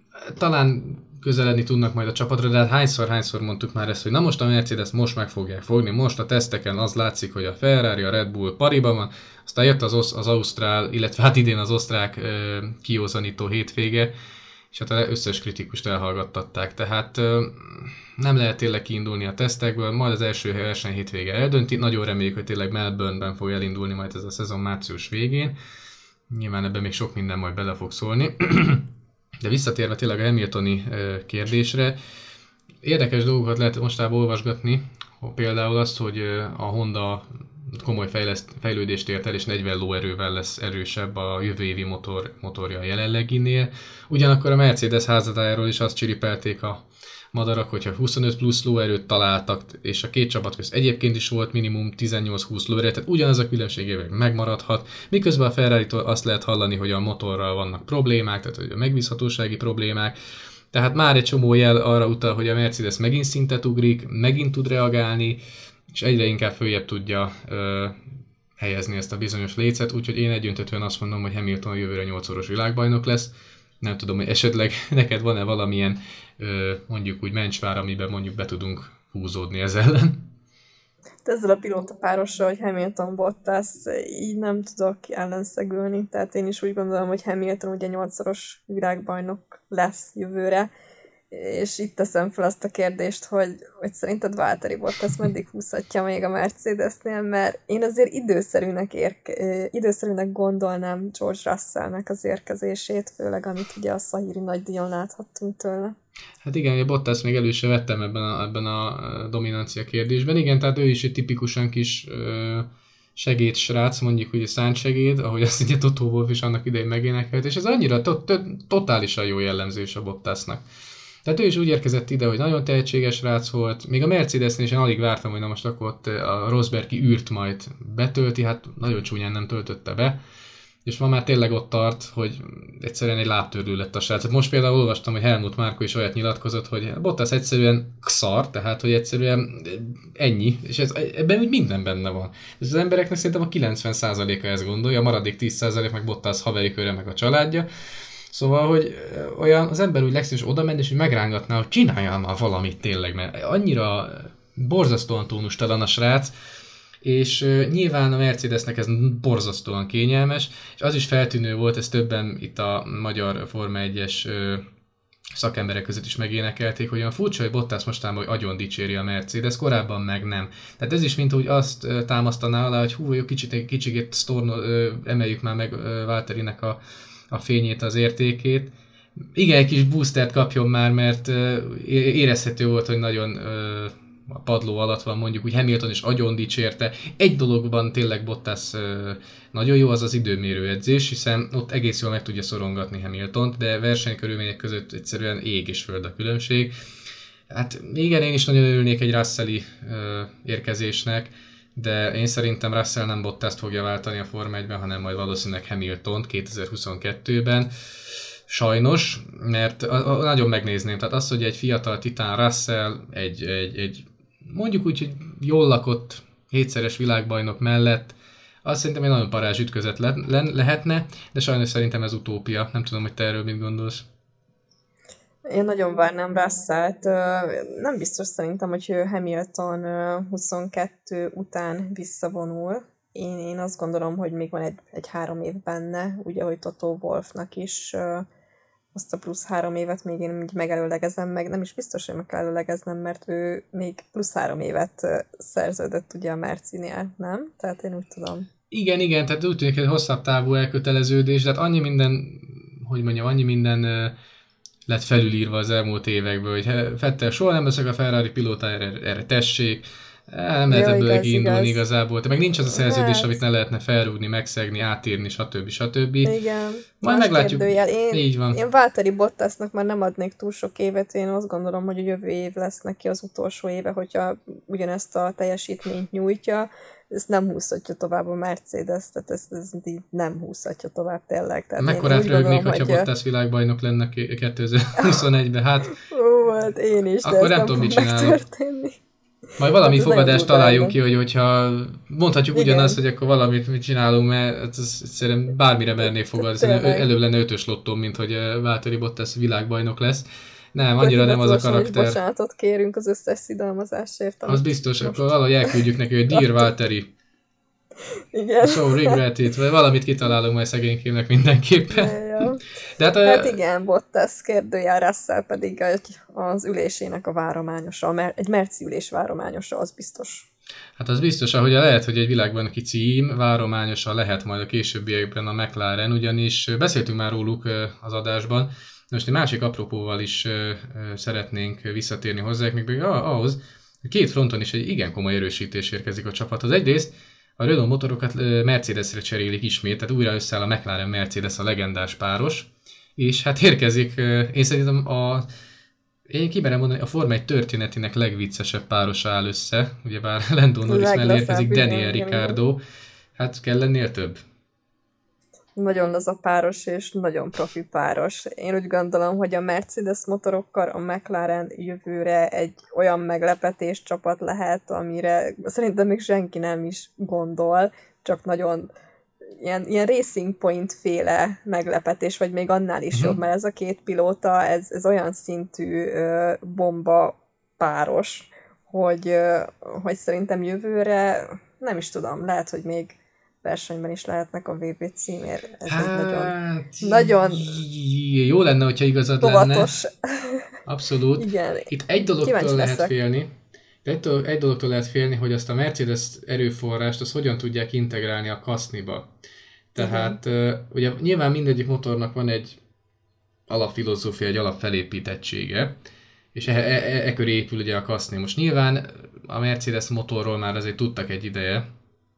Talán közeledni tudnak majd a csapatra, de hát hányszor-hányszor mondtuk már ezt, hogy na most a Mercedes most meg fogják fogni, most a teszteken az látszik, hogy a Ferrari, a Red Bull pariban van, aztán jött az, az ausztrál, illetve hát idén az osztrák ö, kiózanító hétvége, és hát az összes kritikust elhallgattatták, tehát ö, nem lehet tényleg kiindulni a tesztekből, majd az első verseny hétvége eldönti, nagyon reméljük, hogy tényleg Melbourneben fog elindulni majd ez a szezon március végén, nyilván ebben még sok minden majd bele fog szólni. De visszatérve tényleg a Hamiltoni kérdésre, érdekes dolgokat lehet mostában olvasgatni, például azt, hogy a Honda komoly fejleszt, fejlődést ért el, és negyven lóerővel lesz erősebb a jövő évi motor, motorja a jelenleginél. Ugyanakkor a Mercedes házatájáról is azt csiripelték a madarak, hogyha huszonöt plusz lóerőt találtak, és a két csapat közt egyébként is volt minimum tizennyolc-húsz lóerő, tehát ugyanaz a különbség megmaradhat, miközben a Ferrari-tól azt lehet hallani, hogy a motorral vannak problémák, tehát hogy a megbízhatósági problémák, tehát már egy csomó jel arra utal, hogy a Mercedes megint szintet ugrik, megint tud reagálni, és egyre inkább följebb tudja ö, helyezni ezt a bizonyos lécet, úgyhogy én egyöntetően azt mondom, hogy Hamilton jövőre nyolcszoros világbajnok lesz. Nem tudom, hogy esetleg neked van-e valamilyen ö, mondjuk úgy mencsvár, amiben mondjuk be tudunk húzódni ez ellen. Ezzel a pilóta párossal, hogy Hamilton Bottas, így nem tudok ellenszegülni. Tehát én is úgy gondolom, hogy Hamilton ugye nyolcszoros világbajnok lesz jövőre. És itt teszem fel azt a kérdést, hogy, hogy szerinted Valtteri Bottas meddig húzhatja még a Mercedesnél, mert én azért időszerűnek, érke, időszerűnek gondolnám George Russellnek az érkezését, főleg amit ugye a Szahíri nagydíjon láthattunk tőle. Hát igen, a Bottas még elő se vettem ebben a, ebben a dominancia kérdésben. Igen, tehát ő is egy tipikusan kis ö, segédsrác, mondjuk ugye szántsegéd, ahogy azt ugye Toto Wolff is annak idején megénekelt, és ez annyira to- to- totálisan jó jellemzés a Bottasnak. Tehát ő is úgy érkezett ide, hogy nagyon tehetséges rác volt, még a Mercedesnél is én alig vártam, hogy na most akkor ott a Rosbergi űrt majd betölti, hát nagyon csúnyán nem töltötte be, és ma már tényleg ott tart, hogy egyszerűen egy lábtörlő lett a srác. Most például olvastam, hogy Helmut Marko is olyat nyilatkozott, hogy Bottas egyszerűen szar, tehát hogy egyszerűen ennyi, és ez, ebben úgy minden benne van. Ez az embereknek szerintem a kilencven százaléka ezt gondolja, a maradék tíz százalék meg Bottas haveri köre, meg a családja. Szóval, hogy olyan az ember úgy legszívesen oda menni, és hogy megrángatná, hogy csináljál már valamit tényleg, mert annyira borzasztóan tónustalan a srác, és uh, nyilván a Mercedesnek ez borzasztóan kényelmes, és az is feltűnő volt, ezt többen itt a magyar Forma egyes uh, szakemberek között is megénekelték, hogy olyan furcsa, hogy Bottas mostában hogy agyon dicséri a Mercedes, korábban meg nem. Tehát ez is mint úgy azt uh, támasztaná alá, hogy hú, jó, kicsit, kicsit sztorno, uh, emeljük már meg uh, Valtterinek a, a fényét, az értékét. Igen, egy kis boostert kapjon már, mert uh, érezhető volt, hogy nagyon uh, a padló alatt van, mondjuk úgy Hamilton is agyon dicsérte. Egy dologban tényleg Bottas uh, nagyon jó, az az időmérő edzés, hiszen ott egész jól meg tudja szorongatni Hamiltont, de versenykörülmények között egyszerűen ég és föld a különbség. Hát igen, én is nagyon örülnék egy Russelli uh, érkezésnek, de én szerintem Russell nem Bottast fogja váltani a Forma egyben, hanem majd valószínűleg Hamiltont kétezer-huszonkettőben. Sajnos, mert a, a, nagyon megnézném, tehát az, hogy egy fiatal titán Russell, egy, egy, egy mondjuk úgy, hogy jól lakott hétszeres világbajnok mellett, azt szerintem egy nagyon parázs ütközet le, le, lehetne, de sajnos szerintem ez utópia. Nem tudom, hogy te erről mit gondolsz. Én nagyon várnám Russellt. Nem biztos szerintem, hogy Hamilton huszonkettő után visszavonul. Én, én azt gondolom, hogy még van egy, egy három év benne, ugye, hogy Toto Wolffnak is azt a plusz három évet még én így megelőlegezem meg. Nem is biztos, hogy meg kell előlegeznem, mert ő még plusz három évet szerződött ugye a Mercinél, nem? Tehát én úgy tudom. Igen, igen, tehát úgy tűnik, hogy hosszabb távú elköteleződés, de hát annyi minden, hogy mondjam, annyi minden lett felülírva az elmúlt évekből, hogy Vettel soha nem leszek a Ferrari pilóta, erre, erre tessék, nem lehet ebből kiindulni igazából, de meg nincs az a szerződés, hát, amit ne lehetne felrúgni, megszegni, átírni, stb. stb. Igen. Majd meglátjuk. Én, így van. Én Valtteri Bottasnak már nem adnék túl sok évet, én azt gondolom, hogy a jövő év lesz neki az utolsó éve, hogyha ugyanezt a teljesítményt nyújtja, ezt nem húzhatja tovább a Mercedes, tehát ezt, ezt így nem húzhatja tovább tényleg. Tehát mekkorát rögnék, hogyha hogy... Bottas világbajnok lenne kétezer-huszonegyben, hát, ó, hát én is, akkor nem tudom, mit csinálok. Majd valami hát fogadást találjunk ki, hogy hogyha mondhatjuk igen. ugyanazt, hogy akkor valamit mit csinálunk, mert ez szerintem bármire mernék fogadni. Előbb lenne ötös lottóm, mint hogy Valtteri Bottas világbajnok lesz. Nem, annyira nem az a karakter. Bocsánatot kérünk az összes szidalmazásért. Az biztos, most... akkor valahogy elküldjük neki, hogy Dear Valtteri. Igen. So regret it, vagy valamit kitalálunk majd szegénykémnek mindenképpen. Ja. De hát, hát igen, Bottas kérdőjel, Russell pedig az ülésének a várományosa, egy merci ülés várományosa, az biztos. Hát az biztos, ahogy lehet, hogy egy világbajnoki cím várományosa lehet majd a későbbiekben a McLaren, ugyanis beszéltünk már róluk az adásban. Most egy másik apropóval is szeretnénk visszatérni hozzá, még ahhoz, két fronton is egy igen komoly erősítés érkezik a csapathoz. Egyrészt a Renault motorokat Mercedesre cserélik ismét, tehát újra összeáll a McLaren-Mercedes, a legendás páros, és hát érkezik, én szerintem a, én kimerem mondani, a Forma egy történetének legviccesebb párosa áll össze, ugyebár Lando Norris mellé érkezik Daniel Ricciardo, hát kell lennél több. Nagyon laza páros és nagyon profi páros. Én úgy gondolom, hogy a Mercedes motorokkal a McLaren jövőre egy olyan meglepetés csapat lehet, amire szerintem még senki nem is gondol, csak nagyon ilyen, ilyen Racing Point féle meglepetés, vagy még annál is uh-huh. jobb, mert ez a két pilóta, ez, ez olyan szintű uh, bomba páros, hogy, uh, hogy szerintem jövőre, nem is tudom, lehet, hogy még versenyben is lehetnek a vé bé címért. Ez hát, egy nagyon, nagyon jó lenne, hogyha igazad tovatos. Lenne. Abszolút. Igen. Itt egy dologtól Kíváncsi lehet leszek. félni. Egy, egy dologtól lehet félni, hogy azt a Mercedes erőforrást, azt hogyan tudják integrálni a kaszniba. Tehát uh, ugye nyilván mindegyik motornak van egy alapfilozófia, egy alapfelépítettsége, és e, e, e köré épül ugye a kaszni. Most nyilván a Mercedes motorról már azért tudtak egy ideje,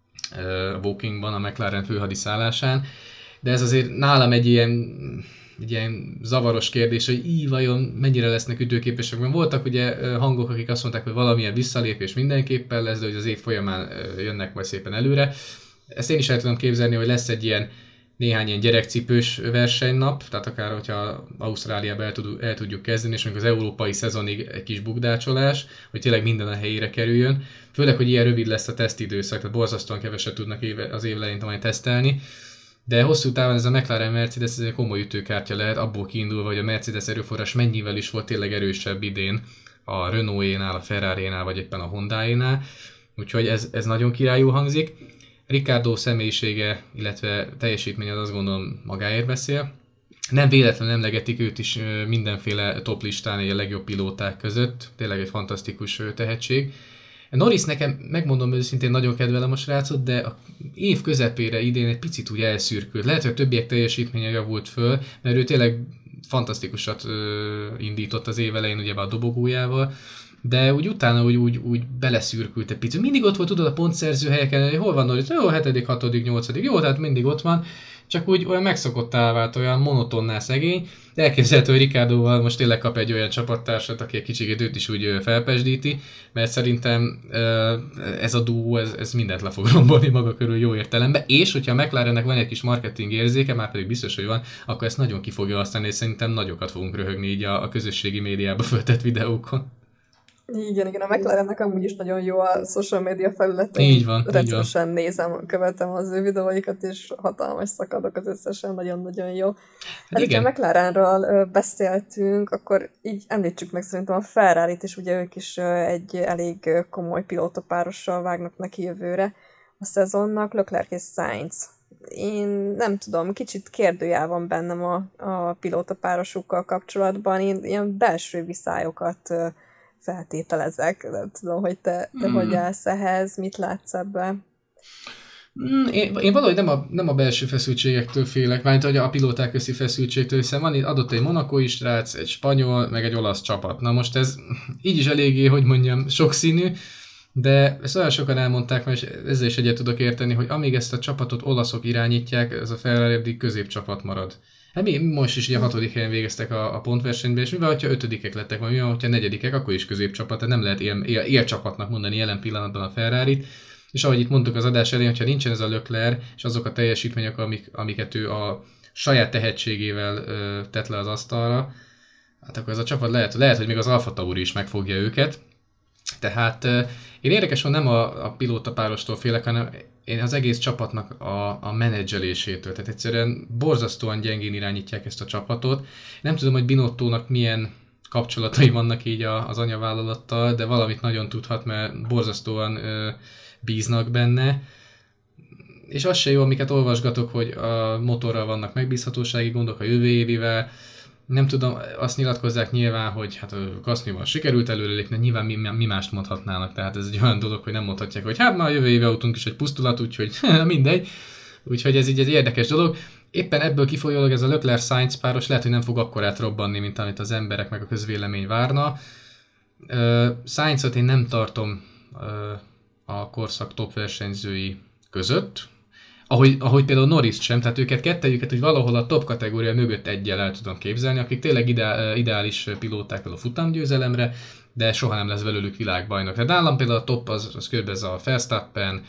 a Wokingban, a McLaren főhadiszállásán, de ez azért nálam egy ilyen, egy ilyen zavaros kérdés, hogy így vajon mennyire lesznek ütőképesek, mert voltak ugye hangok, akik azt mondták, hogy valamilyen visszalépés mindenképpen lesz, de hogy az év folyamán jönnek majd szépen előre. Ezt én is el tudom képzelni, hogy lesz egy ilyen néhány ilyen gyerekcipős versenynap, tehát akár hogyha Ausztráliába el, tud, el tudjuk kezdeni, és még az európai szezonig egy kis bukdácsolás, hogy tényleg minden a helyére kerüljön. Főleg, hogy ilyen rövid lesz a tesztidőszak, tehát borzasztóan keveset tudnak éve, az év elején majd tesztelni. De hosszú távon ez a McLaren Mercedes ez egy komoly ütőkártya lehet, abból kiindulva, hogy a Mercedes erőforrás mennyivel is volt tényleg erősebb idén a Renault-énál, a Ferrari-nál, vagy éppen a Honda-énál. Úgyhogy ez, ez nagyon királyul hangzik. Ricciardo személyisége, illetve teljesítmény az azt gondolom magáért beszél. Nem véletlenül emlegetik őt is mindenféle top listán a legjobb pilóták között. Tényleg egy fantasztikus tehetség. Norris nekem, megmondom őszintén, nagyon kedvelem a srácot, de a év közepére idén egy picit úgy elszürkült. Lehet, hogy a többiek teljesítménye javult föl, mert ő tényleg fantasztikusat ö, indított az év elején ugye a dobogójával, de úgy utána úgy, úgy, úgy beleszürkült egy picit. Mindig ott volt, tudod, a pontszerző helyeken, hogy hol van Norris, jó, hetedik, hatodik, nyolcadik, jó, tehát mindig ott van, csak úgy olyan megszokottá vált, olyan monotonná szegény, de elképzelhető, hogy Ricciardóval most tényleg kap egy olyan csapattársat, aki egy kicsit őt is úgy felpesdíti, mert szerintem ez a duó, ez, ez mindent le fog rombolni maga körül jó értelemben, és hogyha a McLarennek van egy kis marketing érzéke, már pedig biztos, hogy van, akkor ezt nagyon ki fogja használni, és szerintem nagyokat fogunk röhögni így a, a közösségi médiába föltett videókon. Igen, igen, a McLarennek amúgy is nagyon jó a social media felületein. Így van, rendszeresen nézem, követem az ő videóikat, és hatalmas szakadok az összesen, nagyon-nagyon jó. Hát, hogyha a McLarenről beszéltünk, akkor így említsük meg szerintem a Ferrarit, és ugye ők is egy elég komoly pilótapárossal vágnak neki jövőre a szezonnak, Leclerc és Sainz. Én nem tudom, kicsit kérdőjel van bennem a, a pilótapárosukkal kapcsolatban, én ilyen belső viszályokat feltételezek. Nem tudom, hogy te, te hmm. hogy állsz ehhez, mit látsz ebben? Én, én valahogy nem a, nem a belső feszültségektől félek, mert hogy a pilóták közti feszültségtől, hiszen van adott egy monakói srác, egy spanyol, meg egy olasz csapat. Na most ez így is eléggé, hogy mondjam, sokszínű, de ezt olyan sokan elmondták, mert ezzel is egyet tudok érteni, hogy amíg ezt a csapatot olaszok irányítják, ez a Ferrari eddig középcsapat marad. Hát mi most is ugye a hatodik helyen végeztek a, a pontversenyben, és mivel, hogyha ötödikek lettek, vagy mivel, hogyha negyedikek, akkor is középcsapat, tehát nem lehet él, él, élcsapatnak mondani jelen pillanatban a Ferrarit. És ahogy itt mondtuk az adás elején, hogyha nincsen ez a Leclerc, és azok a teljesítmények, amik, amiket ő a saját tehetségével ö, tett le az asztalra, hát akkor ez a csapat lehet, lehet hogy még az Alfa Tauri is megfogja őket. Tehát ö, én érdekes, hogy nem a, a pilótapárostól félek, hanem én az egész csapatnak a, a menedzselésétől. Tehát egyszerűen borzasztóan gyengén irányítják ezt a csapatot. Nem tudom, hogy Binottónak milyen kapcsolatai vannak így a, az anyavállalattal, de valamit nagyon tudhat, mert borzasztóan ö, bíznak benne. És az se jó, amiket olvasgatok, hogy a motorral vannak megbízhatósági gondok, a jövő évivel. Nem tudom, azt nyilatkozzák nyilván, hogy hát a Gaslyval sikerült előrelépni, nyilván mi, mi mást mondhatnának, tehát ez egy olyan dolog, hogy nem mondhatják, hogy hát már a jövő évi autónk is egy pusztulat, úgyhogy mindegy. Úgyhogy ez így egy érdekes dolog. Éppen ebből kifolyólag ez a Leclerc-Sainz páros lehet, hogy nem fog akkorát robbanni, mint amit az emberek meg a közvélemény várna. Uh, Sainzot én nem tartom uh, a korszak top versenyzői között, Ahogy, ahogy például Norris sem, tehát őket kettejüket, hogy valahol a top kategória mögött egyel el tudom képzelni, akik tényleg ideál, ideális pilóták például a futamgyőzelemre, de soha nem lesz belőlük világbajnok. Tehát nálam például a top az, az kb. Ez a Verstappen,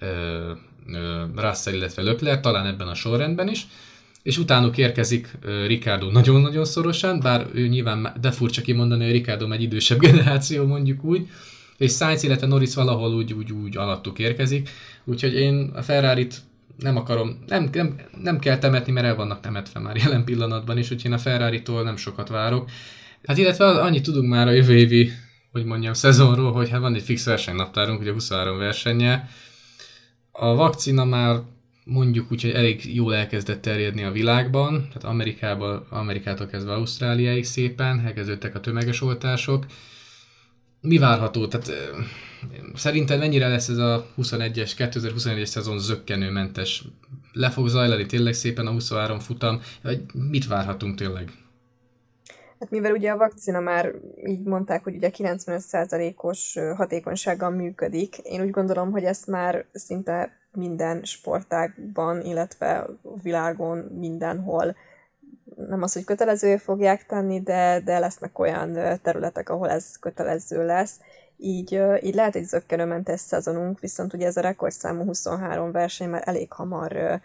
Russell, illetve Leclerc, talán ebben a sorrendben is, és utánuk érkezik Ricciardo nagyon-nagyon szorosan, bár ő nyilván, de furcsa kimondani, hogy Ricciardo egy idősebb generáció, mondjuk úgy, és Sainz, illetve Norris valahol úgy, úgy, úgy alattuk érkezik, úgyhogy én a Ferrarit nem akarom, nem, nem, nem kell temetni, mert el vannak temetve már jelen pillanatban is, úgyhogy én a Ferraritól nem sokat várok. Hát illetve annyit tudunk már a jövő évi, hogy mondjam, szezonról, hogy hát van egy fix versenynaptárunk, ugye huszonhárom versennyel. A vakcina már mondjuk úgy, hogy elég jól elkezdett terjedni a világban, tehát Amerikában, Amerikától kezdve Ausztráliáig szépen, elkezdődtek a tömeges oltások. Mi várható? Tehát szerinted mennyire lesz ez a huszonegyes, kétezer-huszonegyes szezon zökkenőmentes? Le fog zajlani tényleg szépen a huszonhárom futam? Vagy mit várhatunk tényleg? Hát mivel ugye a vakcina már így mondták, hogy ugye kilencvenöt százalékos hatékonysággal működik, én úgy gondolom, hogy ezt már szinte minden sportágban, illetve a világon mindenhol nem az, hogy kötelezővé fogják tenni, de, de lesznek olyan területek, ahol ez kötelező lesz. Így, így lehet egy zökkenőmentes szezonunk, viszont ugye ez a rekordszámú huszonhárom verseny már elég hamar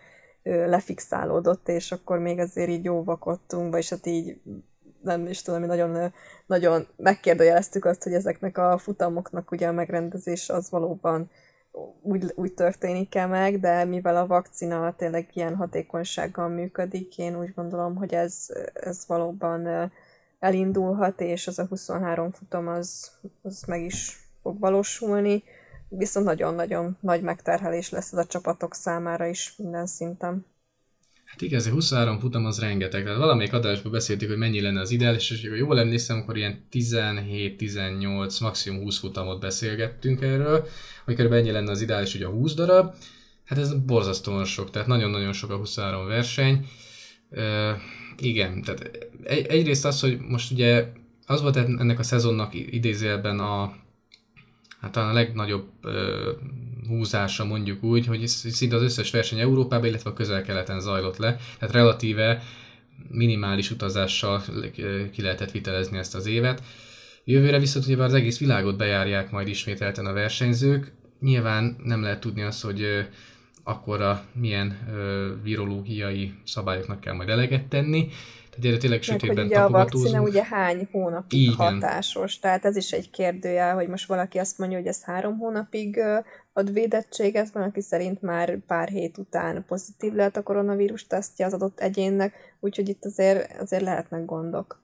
lefixálódott, és akkor még azért így óvakodtunk, vagyis hát így nem is tudom, mi nagyon, nagyon megkérdőjeleztük azt, hogy ezeknek a futamoknak ugye a megrendezés az valóban úgy, úgy történik-e meg, de mivel a vakcina tényleg ilyen hatékonysággal működik, én úgy gondolom, hogy ez, ez valóban elindulhat, és az a huszonhárom futam az, az meg is fog valósulni, viszont nagyon-nagyon nagy megterhelés lesz ez a csapatok számára is minden szinten. Hát igen, ez a huszonhárom futam az rengeteg. Tehát valamelyik adásban beszéltük, hogy mennyi lenne az ideális, és jól emlékszem, akkor ilyen tizenhét tizennyolc, maximum húsz futamot beszélgettünk erről, hogy körülbelül ennyi lenne az ideális, ugye a húsz darab. Hát ez borzasztóan sok, tehát nagyon-nagyon sok a huszonhárom verseny. Uh, igen, tehát egy, egyrészt az, hogy most ugye az volt ennek a szezonnak idézőjelben a hát talán a legnagyobb uh, húzása mondjuk úgy, hogy szinte az összes verseny Európában, illetve a Közel-Keleten zajlott le, tehát relatíve minimális utazással ki lehetett vitelezni ezt az évet. Jövőre viszont ugye az egész világot bejárják majd ismételten a versenyzők. Nyilván nem lehet tudni azt, hogy uh, akkora milyen uh, virológiai szabályoknak kell majd eleget tenni. Tehát erre tényleg sötétben tapogatózunk. Ugye a vakcina ugye hány hónapig igen. hatásos, tehát ez is egy kérdőjel, hogy most valaki azt mondja, hogy ez három hónapig ad védettséget, van, aki szerint már pár hét után pozitív lehet a koronavírus tesztje az adott egyénnek, úgyhogy itt azért, azért lehetnek gondok.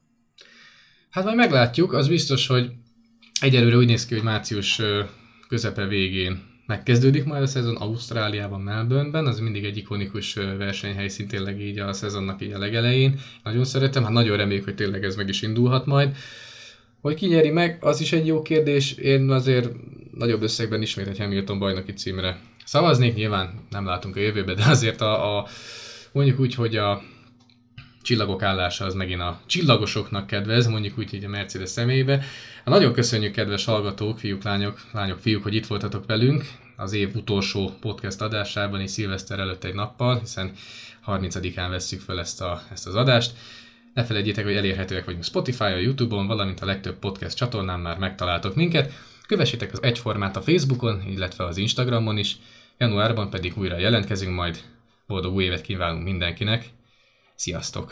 Hát majd meglátjuk, az biztos, hogy egyelőre úgy néz ki, hogy március közepe végén megkezdődik majd a szezon Ausztráliában, Melbourneben, az mindig egy ikonikus versenyhelyszín, tényleg így a szezonnak így a legelején. Nagyon szeretem, hát nagyon reméljük, hogy tényleg ez meg is indulhat majd. Hogy ki nyeri meg, az is egy jó kérdés. Én azért nagyobb összegben ismét egy Hamilton bajnoki címre szavaznék, nyilván nem látunk a jövőbe, de azért a, a mondjuk úgy, hogy a csillagok állása az megint a csillagosoknak kedvez, mondjuk úgy, hogy a Mercedes személyébe. Nagyon köszönjük, kedves hallgatók, fiúk, lányok, lányok, fiúk, hogy itt voltatok velünk az év utolsó podcast adásában, és szilveszter előtt egy nappal, hiszen harmincadikán vesszük fel ezt, a, ezt az adást. Ne felejtjétek, hogy elérhetőek vagyunk Spotify-on, YouTube-on, valamint a legtöbb podcast csatornán már megtaláltok minket. Kövessétek az Egyformát a Facebookon, illetve az Instagramon is. Januárban pedig újra jelentkezünk, majd boldog új évet kívánunk mindenkinek. Sziasztok!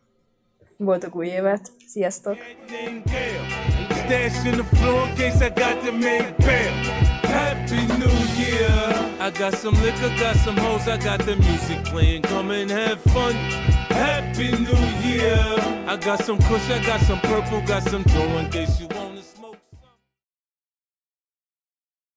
Boldog új évet! Sziasztok! Stash in the floor in case I got to make bail. Happy New Year. I got some liquor, got some hoes, I got the music playing. Come and have fun. Happy New Year. I got some kush, I got some purple, got some dough in case you want.